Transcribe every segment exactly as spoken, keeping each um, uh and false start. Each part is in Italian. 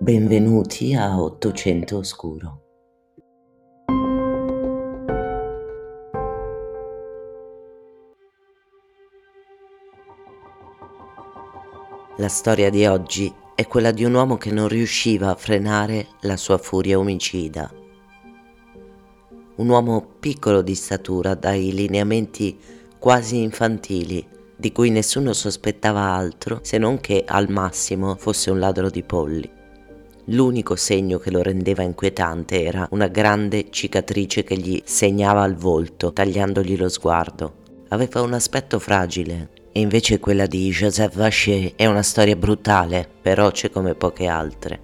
Benvenuti a Ottocento Oscuro. La storia di oggi è quella di un uomo che non riusciva a frenare la sua furia omicida. Un uomo piccolo di statura, dai lineamenti quasi infantili, di cui nessuno sospettava altro se non che al massimo fosse un ladro di polli. L'unico segno che lo rendeva inquietante era una grande cicatrice che gli segnava il volto, tagliandogli lo sguardo. Aveva un aspetto fragile, e invece quella di Joseph Vacher è una storia brutale, feroce come poche altre.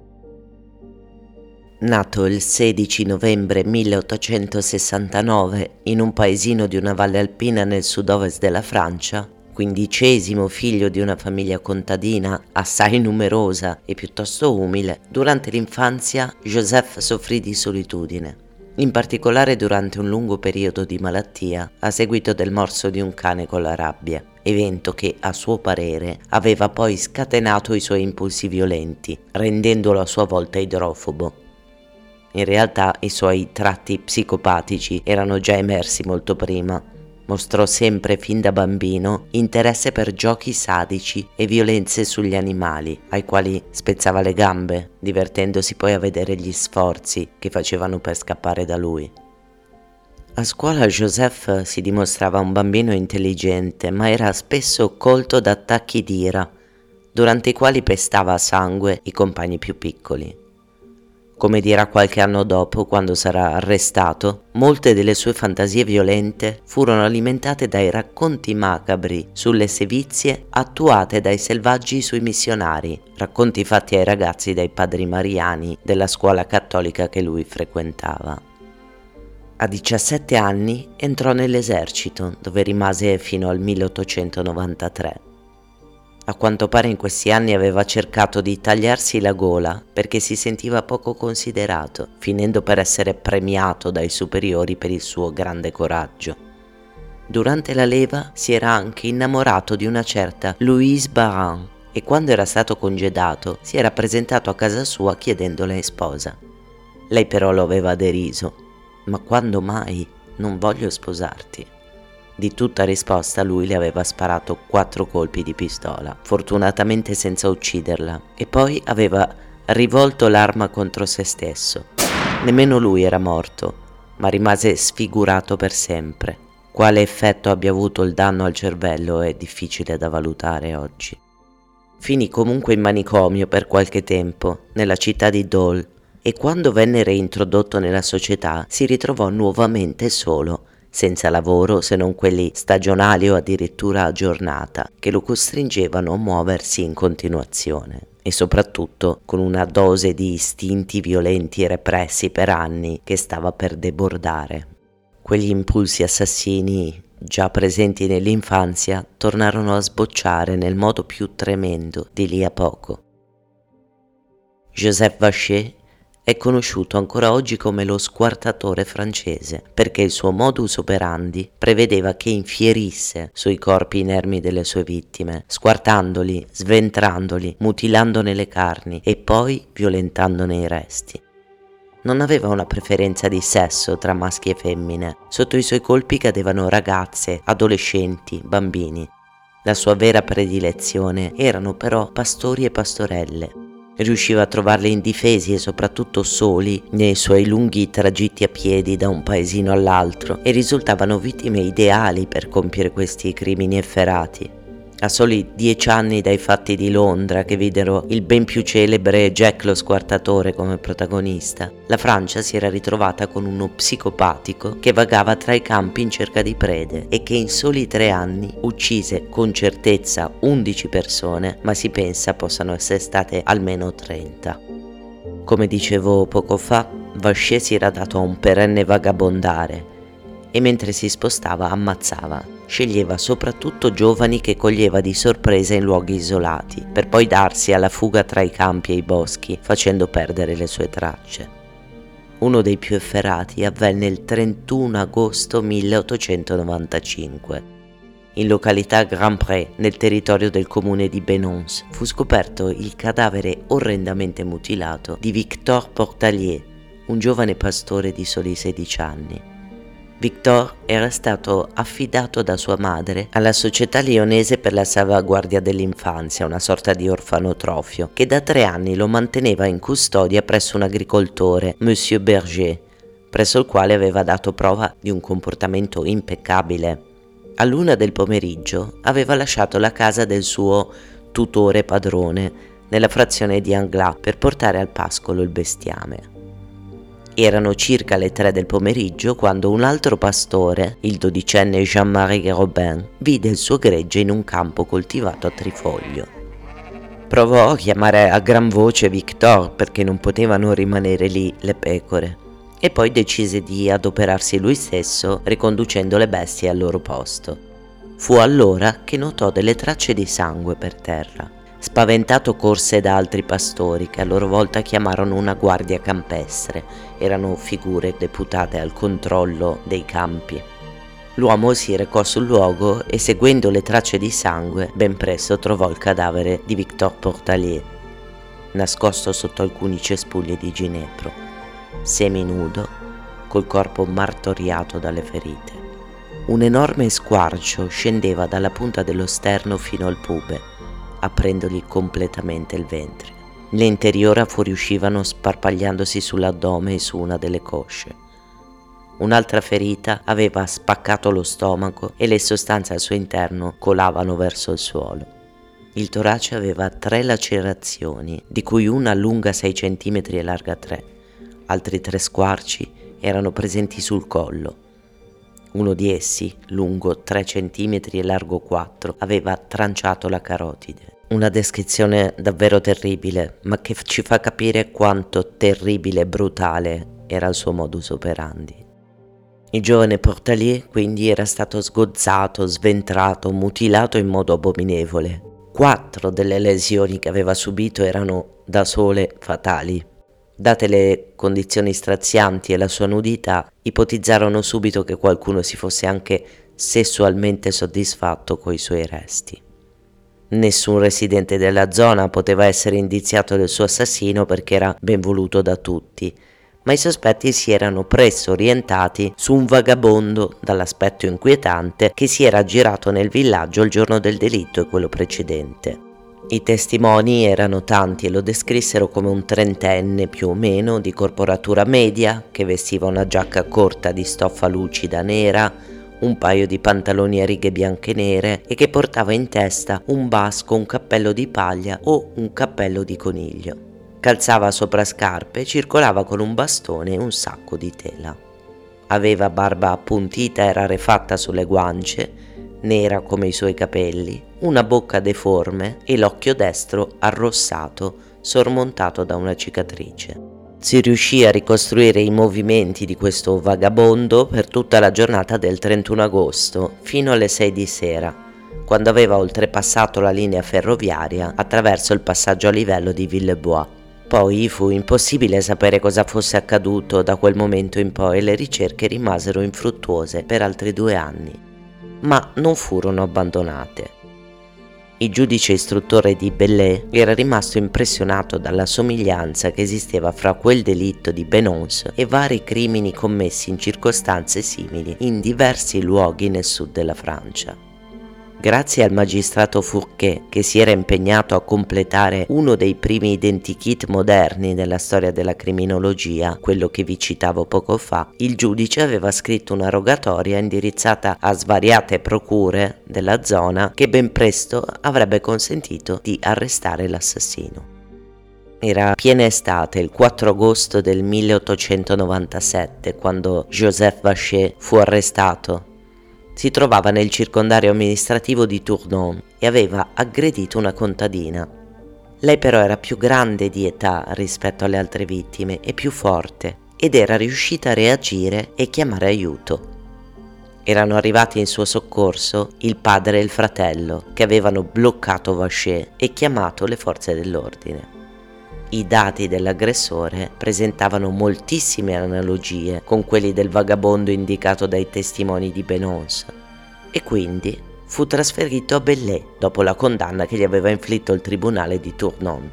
Nato il sedici novembre milleottocentosessantanove in un paesino di una valle alpina nel sud-ovest della Francia, quindicesimo figlio di una famiglia contadina assai numerosa e piuttosto umile, durante l'infanzia Joseph soffrì di solitudine, in particolare durante un lungo periodo di malattia a seguito del morso di un cane con la rabbia, evento che, a suo parere, aveva poi scatenato i suoi impulsi violenti, rendendolo a sua volta idrofobo. In realtà i suoi tratti psicopatici erano già emersi molto prima. Mostrò sempre fin da bambino interesse per giochi sadici e violenze sugli animali, ai quali spezzava le gambe, divertendosi poi a vedere gli sforzi che facevano per scappare da lui. A scuola Joseph si dimostrava un bambino intelligente, ma era spesso colto da attacchi d'ira, durante i quali pestava a sangue i compagni più piccoli. Come dirà qualche anno dopo, quando sarà arrestato, molte delle sue fantasie violente furono alimentate dai racconti macabri sulle sevizie attuate dai selvaggi sui missionari, racconti fatti ai ragazzi dai padri mariani della scuola cattolica che lui frequentava. A diciassette anni entrò nell'esercito, dove rimase fino al milleottocentonovantatré. A quanto pare in questi anni aveva cercato di tagliarsi la gola perché si sentiva poco considerato, finendo per essere premiato dai superiori per il suo grande coraggio. Durante la leva si era anche innamorato di una certa Louise Baran e quando era stato congedato si era presentato a casa sua chiedendole in sposa. Lei però lo aveva deriso. «Ma quando mai? Non voglio sposarti». Di tutta risposta lui le aveva sparato quattro colpi di pistola, fortunatamente senza ucciderla, e poi aveva rivolto l'arma contro se stesso. Nemmeno lui era morto, ma rimase sfigurato per sempre. Quale effetto abbia avuto il danno al cervello è difficile da valutare oggi. Finì comunque in manicomio per qualche tempo, nella città di Dole, e quando venne reintrodotto nella società si ritrovò nuovamente solo, senza lavoro se non quelli stagionali o addirittura a giornata, che lo costringevano a muoversi in continuazione, e soprattutto con una dose di istinti violenti e repressi per anni che stava per debordare. Quegli impulsi assassini, già presenti nell'infanzia, tornarono a sbocciare nel modo più tremendo di lì a poco. Joseph Vacher è conosciuto ancora oggi come lo squartatore francese, perché il suo modus operandi prevedeva che infierisse sui corpi inermi delle sue vittime, squartandoli, sventrandoli, mutilandone le carni e poi violentandone i resti. Non aveva una preferenza di sesso tra maschi e femmine. Sotto i suoi colpi cadevano ragazze, adolescenti, bambini. La sua vera predilezione erano però pastori e pastorelle. Riusciva a trovarli indifesi e soprattutto soli nei suoi lunghi tragitti a piedi da un paesino all'altro e risultavano vittime ideali per compiere questi crimini efferati. A soli dieci anni dai fatti di Londra, che videro il ben più celebre Jack lo Squartatore come protagonista, la Francia si era ritrovata con uno psicopatico che vagava tra i campi in cerca di prede e che in soli tre anni uccise con certezza undici persone, ma si pensa possano essere state almeno trenta. Come dicevo poco fa, Vacher si era dato a un perenne vagabondare e mentre si spostava ammazzava. Sceglieva soprattutto giovani che coglieva di sorpresa in luoghi isolati, per poi darsi alla fuga tra i campi e i boschi, facendo perdere le sue tracce. Uno dei più efferati avvenne il trentuno agosto milleottocentonovantacinque. in località Grand-Pré, nel territorio del comune di Benons, fu scoperto il cadavere orrendamente mutilato di Victor Portalier, un giovane pastore di soli sedici anni. Victor era stato affidato da sua madre alla Società Lyonnaise per la salvaguardia dell'infanzia, una sorta di orfanotrofio, che da tre anni lo manteneva in custodia presso un agricoltore, Monsieur Berger, presso il quale aveva dato prova di un comportamento impeccabile. A l'una del pomeriggio aveva lasciato la casa del suo tutore padrone nella frazione di Anglas per portare al pascolo il bestiame. Erano circa le tre del pomeriggio quando un altro pastore, il dodicenne Jean-Marie Robin, vide il suo gregge in un campo coltivato a trifoglio. Provò a chiamare a gran voce Victor perché non potevano rimanere lì le pecore e poi decise di adoperarsi lui stesso riconducendo le bestie al loro posto. Fu allora che notò delle tracce di sangue per terra. Spaventato corse da altri pastori che a loro volta chiamarono una guardia campestre. Erano figure deputate al controllo dei campi. L'uomo si recò sul luogo e seguendo le tracce di sangue ben presto trovò il cadavere di Victor Portalier, nascosto sotto alcuni cespugli di ginepro, seminudo, col corpo martoriato dalle ferite. Un enorme squarcio scendeva dalla punta dello sterno fino al pube, aprendogli completamente il ventre. Le interiora fuoriuscivano sparpagliandosi sull'addome e su una delle cosce. Un'altra ferita aveva spaccato lo stomaco e le sostanze al suo interno colavano verso il suolo. Il torace aveva tre lacerazioni, di cui una lunga sei centimetri e larga tre. Altri tre squarci erano presenti sul collo. Uno di essi, lungo tre centimetri e largo quattro, aveva tranciato la carotide. Una descrizione davvero terribile, ma che ci fa capire quanto terribile e brutale era il suo modus operandi. Il giovane Portalier quindi era stato sgozzato, sventrato, mutilato in modo abominevole. Quattro delle lesioni che aveva subito erano da sole fatali. Date le condizioni strazianti e la sua nudità, ipotizzarono subito che qualcuno si fosse anche sessualmente soddisfatto coi suoi resti. Nessun residente della zona poteva essere indiziato del suo assassino perché era ben voluto da tutti, ma i sospetti si erano presto orientati su un vagabondo dall'aspetto inquietante che si era girato nel villaggio il giorno del delitto e quello precedente. I testimoni erano tanti e lo descrissero come un trentenne più o meno di corporatura media che vestiva una giacca corta di stoffa lucida nera, un paio di pantaloni a righe bianche e nere e che portava in testa un basco, un cappello di paglia o un cappello di coniglio. Calzava sopra scarpe e circolava con un bastone e un sacco di tela. Aveva barba appuntita e rarefatta sulle guance, nera come i suoi capelli, una bocca deforme e l'occhio destro arrossato, sormontato da una cicatrice. Si riuscì a ricostruire i movimenti di questo vagabondo per tutta la giornata del trentuno agosto, fino alle sei di sera, quando aveva oltrepassato la linea ferroviaria attraverso il passaggio a livello di Villebois. Poi fu impossibile sapere cosa fosse accaduto da quel momento in poi e le ricerche rimasero infruttuose per altri due anni, ma non furono abbandonate. Il giudice istruttore di Belley era rimasto impressionato dalla somiglianza che esisteva fra quel delitto di Benons e vari crimini commessi in circostanze simili in diversi luoghi nel sud della Francia. Grazie al magistrato Fourquet, che si era impegnato a completare uno dei primi identikit moderni nella storia della criminologia, quello che vi citavo poco fa, il giudice aveva scritto una rogatoria indirizzata a svariate procure della zona che ben presto avrebbe consentito di arrestare l'assassino. Era piena estate, il quattro agosto del milleottocentonovantasette, quando Joseph Vacher fu arrestato. Si trovava nel circondario amministrativo di Tournon e aveva aggredito una contadina. Lei però era più grande di età rispetto alle altre vittime e più forte, ed era riuscita a reagire e chiamare aiuto. Erano arrivati in suo soccorso il padre e il fratello, che avevano bloccato Vacher e chiamato le forze dell'ordine. I dati dell'aggressore presentavano moltissime analogie con quelli del vagabondo indicato dai testimoni di Benons e quindi fu trasferito a Belley dopo la condanna che gli aveva inflitto il tribunale di Tournon.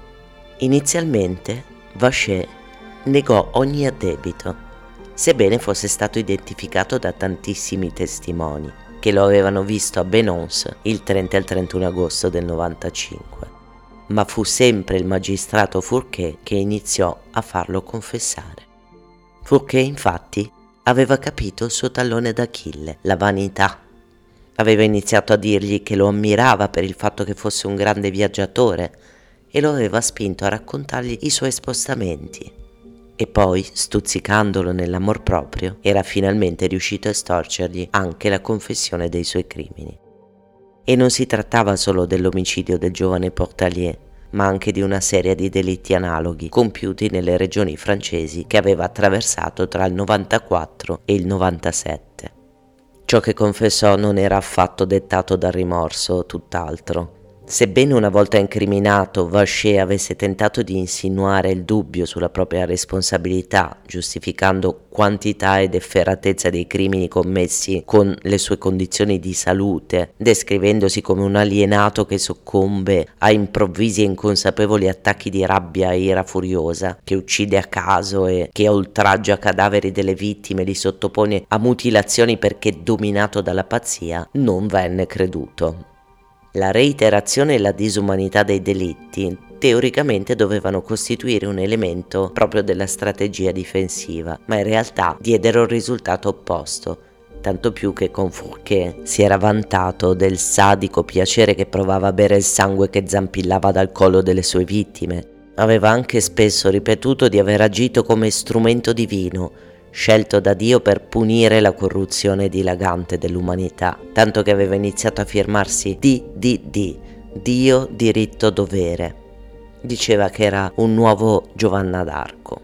Inizialmente Vacher negò ogni addebito, sebbene fosse stato identificato da tantissimi testimoni che lo avevano visto a Benons il trenta e il trentuno agosto del novantacinque, ma fu sempre il magistrato Fourquet che iniziò a farlo confessare. Fourquet, infatti, aveva capito il suo tallone d'Achille, la vanità. Aveva iniziato a dirgli che lo ammirava per il fatto che fosse un grande viaggiatore e lo aveva spinto a raccontargli i suoi spostamenti. E poi, stuzzicandolo nell'amor proprio, era finalmente riuscito a estorcergli anche la confessione dei suoi crimini. E non si trattava solo dell'omicidio del giovane Portalier, ma anche di una serie di delitti analoghi compiuti nelle regioni francesi che aveva attraversato tra il novantaquattro e il novantasette. Ciò che confessò non era affatto dettato dal rimorso, tutt'altro. Sebbene una volta incriminato Vacher avesse tentato di insinuare il dubbio sulla propria responsabilità, giustificando quantità ed efferatezza dei crimini commessi con le sue condizioni di salute, descrivendosi come un alienato che soccombe a improvvisi e inconsapevoli attacchi di rabbia e ira furiosa, che uccide a caso e che oltraggia cadaveri delle vittime e li sottopone a mutilazioni perché dominato dalla pazzia, non venne creduto. La reiterazione e la disumanità dei delitti teoricamente dovevano costituire un elemento proprio della strategia difensiva, ma in realtà diedero il risultato opposto, tanto più che con Fourquet si era vantato del sadico piacere che provava a bere il sangue che zampillava dal collo delle sue vittime. Aveva anche spesso ripetuto di aver agito come strumento divino, scelto da Dio per punire la corruzione dilagante dell'umanità, tanto che aveva iniziato a firmarsi D D D, Dio, diritto, dovere. Diceva che era un nuovo Giovanna d'Arco.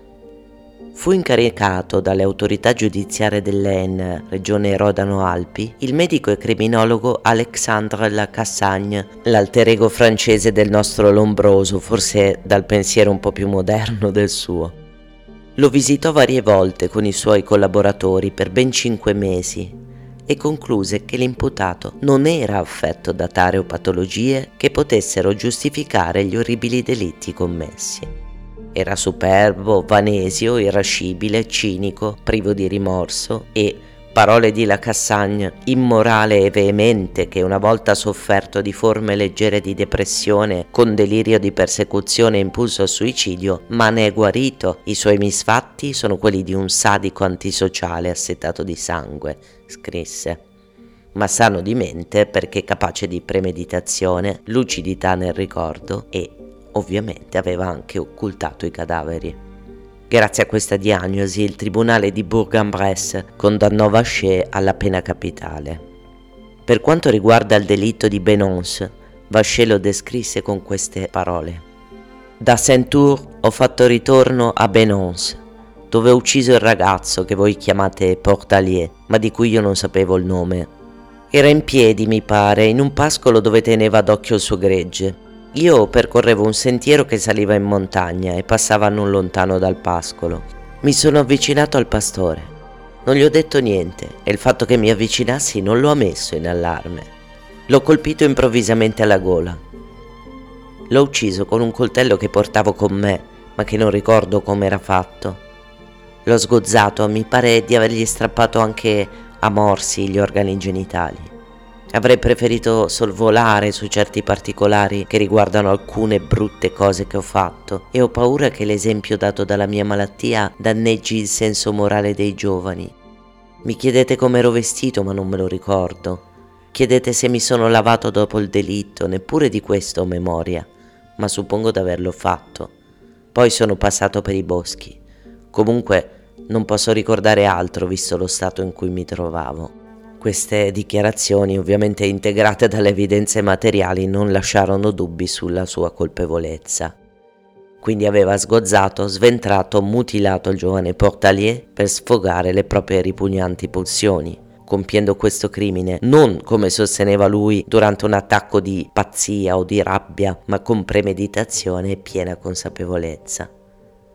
Fu incaricato dalle autorità giudiziarie dell'Aisne, regione Rodano-Alpi, il medico e criminologo Alexandre Lacassagne, l'alter ego francese del nostro Lombroso, forse dal pensiero un po' più moderno del suo. Lo visitò varie volte con i suoi collaboratori per ben cinque mesi e concluse che l'imputato non era affetto da tare o patologie che potessero giustificare gli orribili delitti commessi. Era superbo, vanesio, irascibile, cinico, privo di rimorso e, parole di Lacassagne, immorale e veemente che una volta sofferto di forme leggere di depressione con delirio di persecuzione e impulso al suicidio, ma ne è guarito. I suoi misfatti sono quelli di un sadico antisociale assetato di sangue, scrisse. Ma sano di mente perché capace di premeditazione, lucidità nel ricordo e, ovviamente, aveva anche occultato i cadaveri. Grazie a questa diagnosi, il tribunale di Bourg-en-Bresse condannò Vacher alla pena capitale. Per quanto riguarda il delitto di Benons, Vacher lo descrisse con queste parole. Da Saint-Tour ho fatto ritorno a Benons, dove ho ucciso il ragazzo che voi chiamate Portalier, ma di cui io non sapevo il nome. Era in piedi, mi pare, in un pascolo dove teneva d'occhio il suo gregge. Io percorrevo un sentiero che saliva in montagna e passava non lontano dal pascolo. Mi sono avvicinato al pastore. Non gli ho detto niente e il fatto che mi avvicinassi non lo ha messo in allarme. L'ho colpito improvvisamente alla gola. L'ho ucciso con un coltello che portavo con me, ma che non ricordo come era fatto. L'ho sgozzato, mi pare di avergli strappato anche a morsi gli organi genitali. Avrei preferito sorvolare su certi particolari che riguardano alcune brutte cose che ho fatto e ho paura che l'esempio dato dalla mia malattia danneggi il senso morale dei giovani. Mi chiedete come ero vestito, ma non me lo ricordo. Chiedete se mi sono lavato dopo il delitto, neppure di questo ho memoria, ma suppongo d'averlo fatto. Poi sono passato per i boschi. Comunque non posso ricordare altro visto lo stato in cui mi trovavo. Queste dichiarazioni, ovviamente integrate dalle evidenze materiali, non lasciarono dubbi sulla sua colpevolezza. Quindi aveva sgozzato, sventrato, mutilato il giovane Portalier per sfogare le proprie ripugnanti pulsioni, compiendo questo crimine non, come sosteneva lui, durante un attacco di pazzia o di rabbia, ma con premeditazione e piena consapevolezza.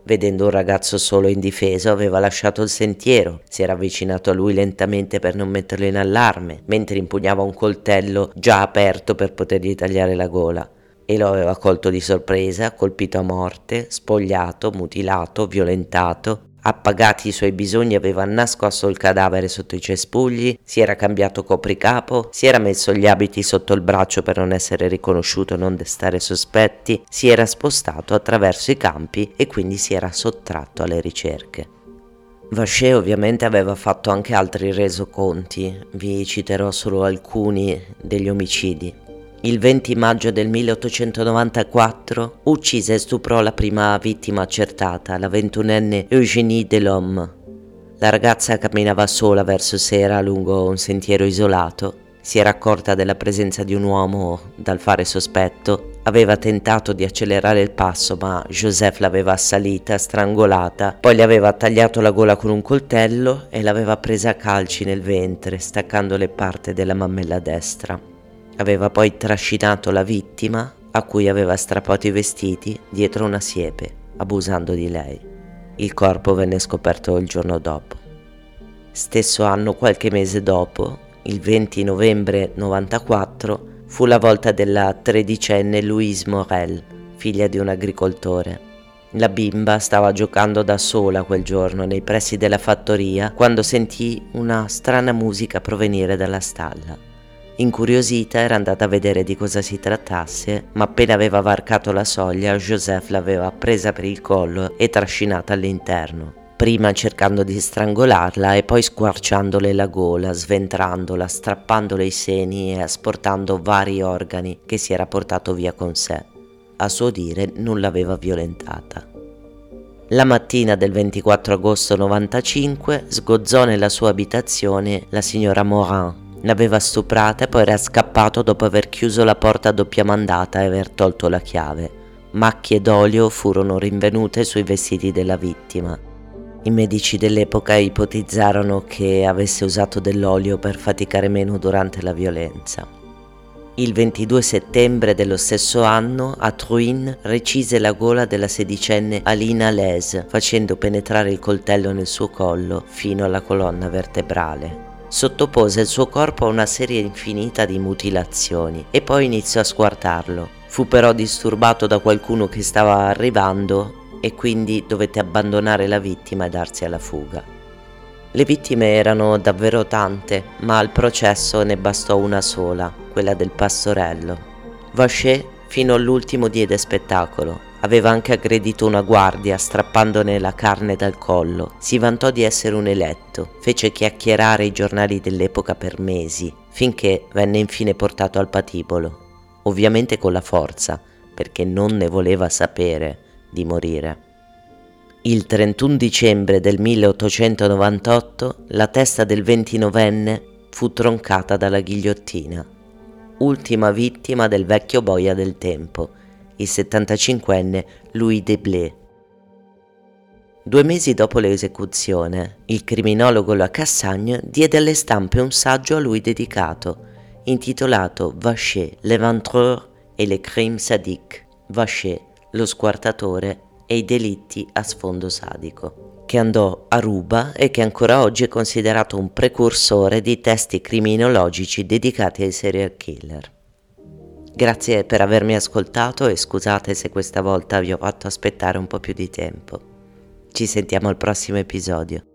Vedendo un ragazzo solo e indifeso, aveva lasciato il sentiero, si era avvicinato a lui lentamente per non metterlo in allarme, mentre impugnava un coltello già aperto per potergli tagliare la gola. E lo aveva colto di sorpresa, colpito a morte, spogliato, mutilato, violentato. Appagati i suoi bisogni, aveva nascosto il cadavere sotto i cespugli, si era cambiato copricapo, si era messo gli abiti sotto il braccio per non essere riconosciuto e non destare sospetti, si era spostato attraverso i campi e quindi si era sottratto alle ricerche. Vacher ovviamente aveva fatto anche altri resoconti, vi citerò solo alcuni degli omicidi. Il venti maggio del milleottocentonovantaquattro uccise e stuprò la prima vittima accertata, la ventunenne Eugénie Delhomme. La ragazza camminava sola verso sera lungo un sentiero isolato, si era accorta della presenza di un uomo dal fare sospetto, aveva tentato di accelerare il passo ma Joseph l'aveva assalita, strangolata, poi le aveva tagliato la gola con un coltello e l'aveva presa a calci nel ventre, staccandole parte della mammella destra. Aveva poi trascinato la vittima, a cui aveva strappato i vestiti, dietro una siepe, abusando di lei. Il corpo venne scoperto il giorno dopo. Stesso anno, qualche mese dopo, il venti novembre novantaquattro, fu la volta della tredicenne Louise Morel, figlia di un agricoltore. La bimba stava giocando da sola quel giorno nei pressi della fattoria quando sentì una strana musica provenire dalla stalla. Incuriosita era andata a vedere di cosa si trattasse, ma appena aveva varcato la soglia, Joseph l'aveva presa per il collo e trascinata all'interno, prima cercando di strangolarla e poi squarciandole la gola, sventrandola, strappandole i seni e asportando vari organi che si era portato via con sé. A suo dire non l'aveva violentata. La mattina del ventiquattro agosto novantacinque sgozzò nella sua abitazione la signora Morin. L'aveva stuprata e poi era scappato dopo aver chiuso la porta a doppia mandata e aver tolto la chiave. Macchie d'olio furono rinvenute sui vestiti della vittima. I medici dell'epoca ipotizzarono che avesse usato dell'olio per faticare meno durante la violenza. Il ventidue settembre dello stesso anno a Truin recise la gola della sedicenne Alina Les, facendo penetrare il coltello nel suo collo fino alla colonna vertebrale. Sottopose il suo corpo a una serie infinita di mutilazioni e poi iniziò a squartarlo. Fu però disturbato da qualcuno che stava arrivando e quindi dovette abbandonare la vittima e darsi alla fuga. Le vittime erano davvero tante, ma al processo ne bastò una sola, quella del pastorello. Vacher fino all'ultimo diede spettacolo. Aveva anche aggredito una guardia strappandone la carne dal collo. Si vantò di essere un eletto, fece chiacchierare i giornali dell'epoca per mesi, finché venne infine portato al patibolo, ovviamente con la forza, perché non ne voleva sapere di morire. Il trentuno dicembre del milleottocentonovantotto la testa del ventinovenne fu troncata dalla ghigliottina, ultima vittima del vecchio boia del tempo, il settantacinquenne Louis Deblé. Due mesi dopo l'esecuzione, il criminologo Lacassagne diede alle stampe un saggio a lui dedicato, intitolato Vacher, l'éventreur et les crimes sadiques, Vacher, lo squartatore e i delitti a sfondo sadico, che andò a ruba e che ancora oggi è considerato un precursore di testi criminologici dedicati ai serial killer. Grazie per avermi ascoltato e scusate se questa volta vi ho fatto aspettare un po' più di tempo. Ci sentiamo al prossimo episodio.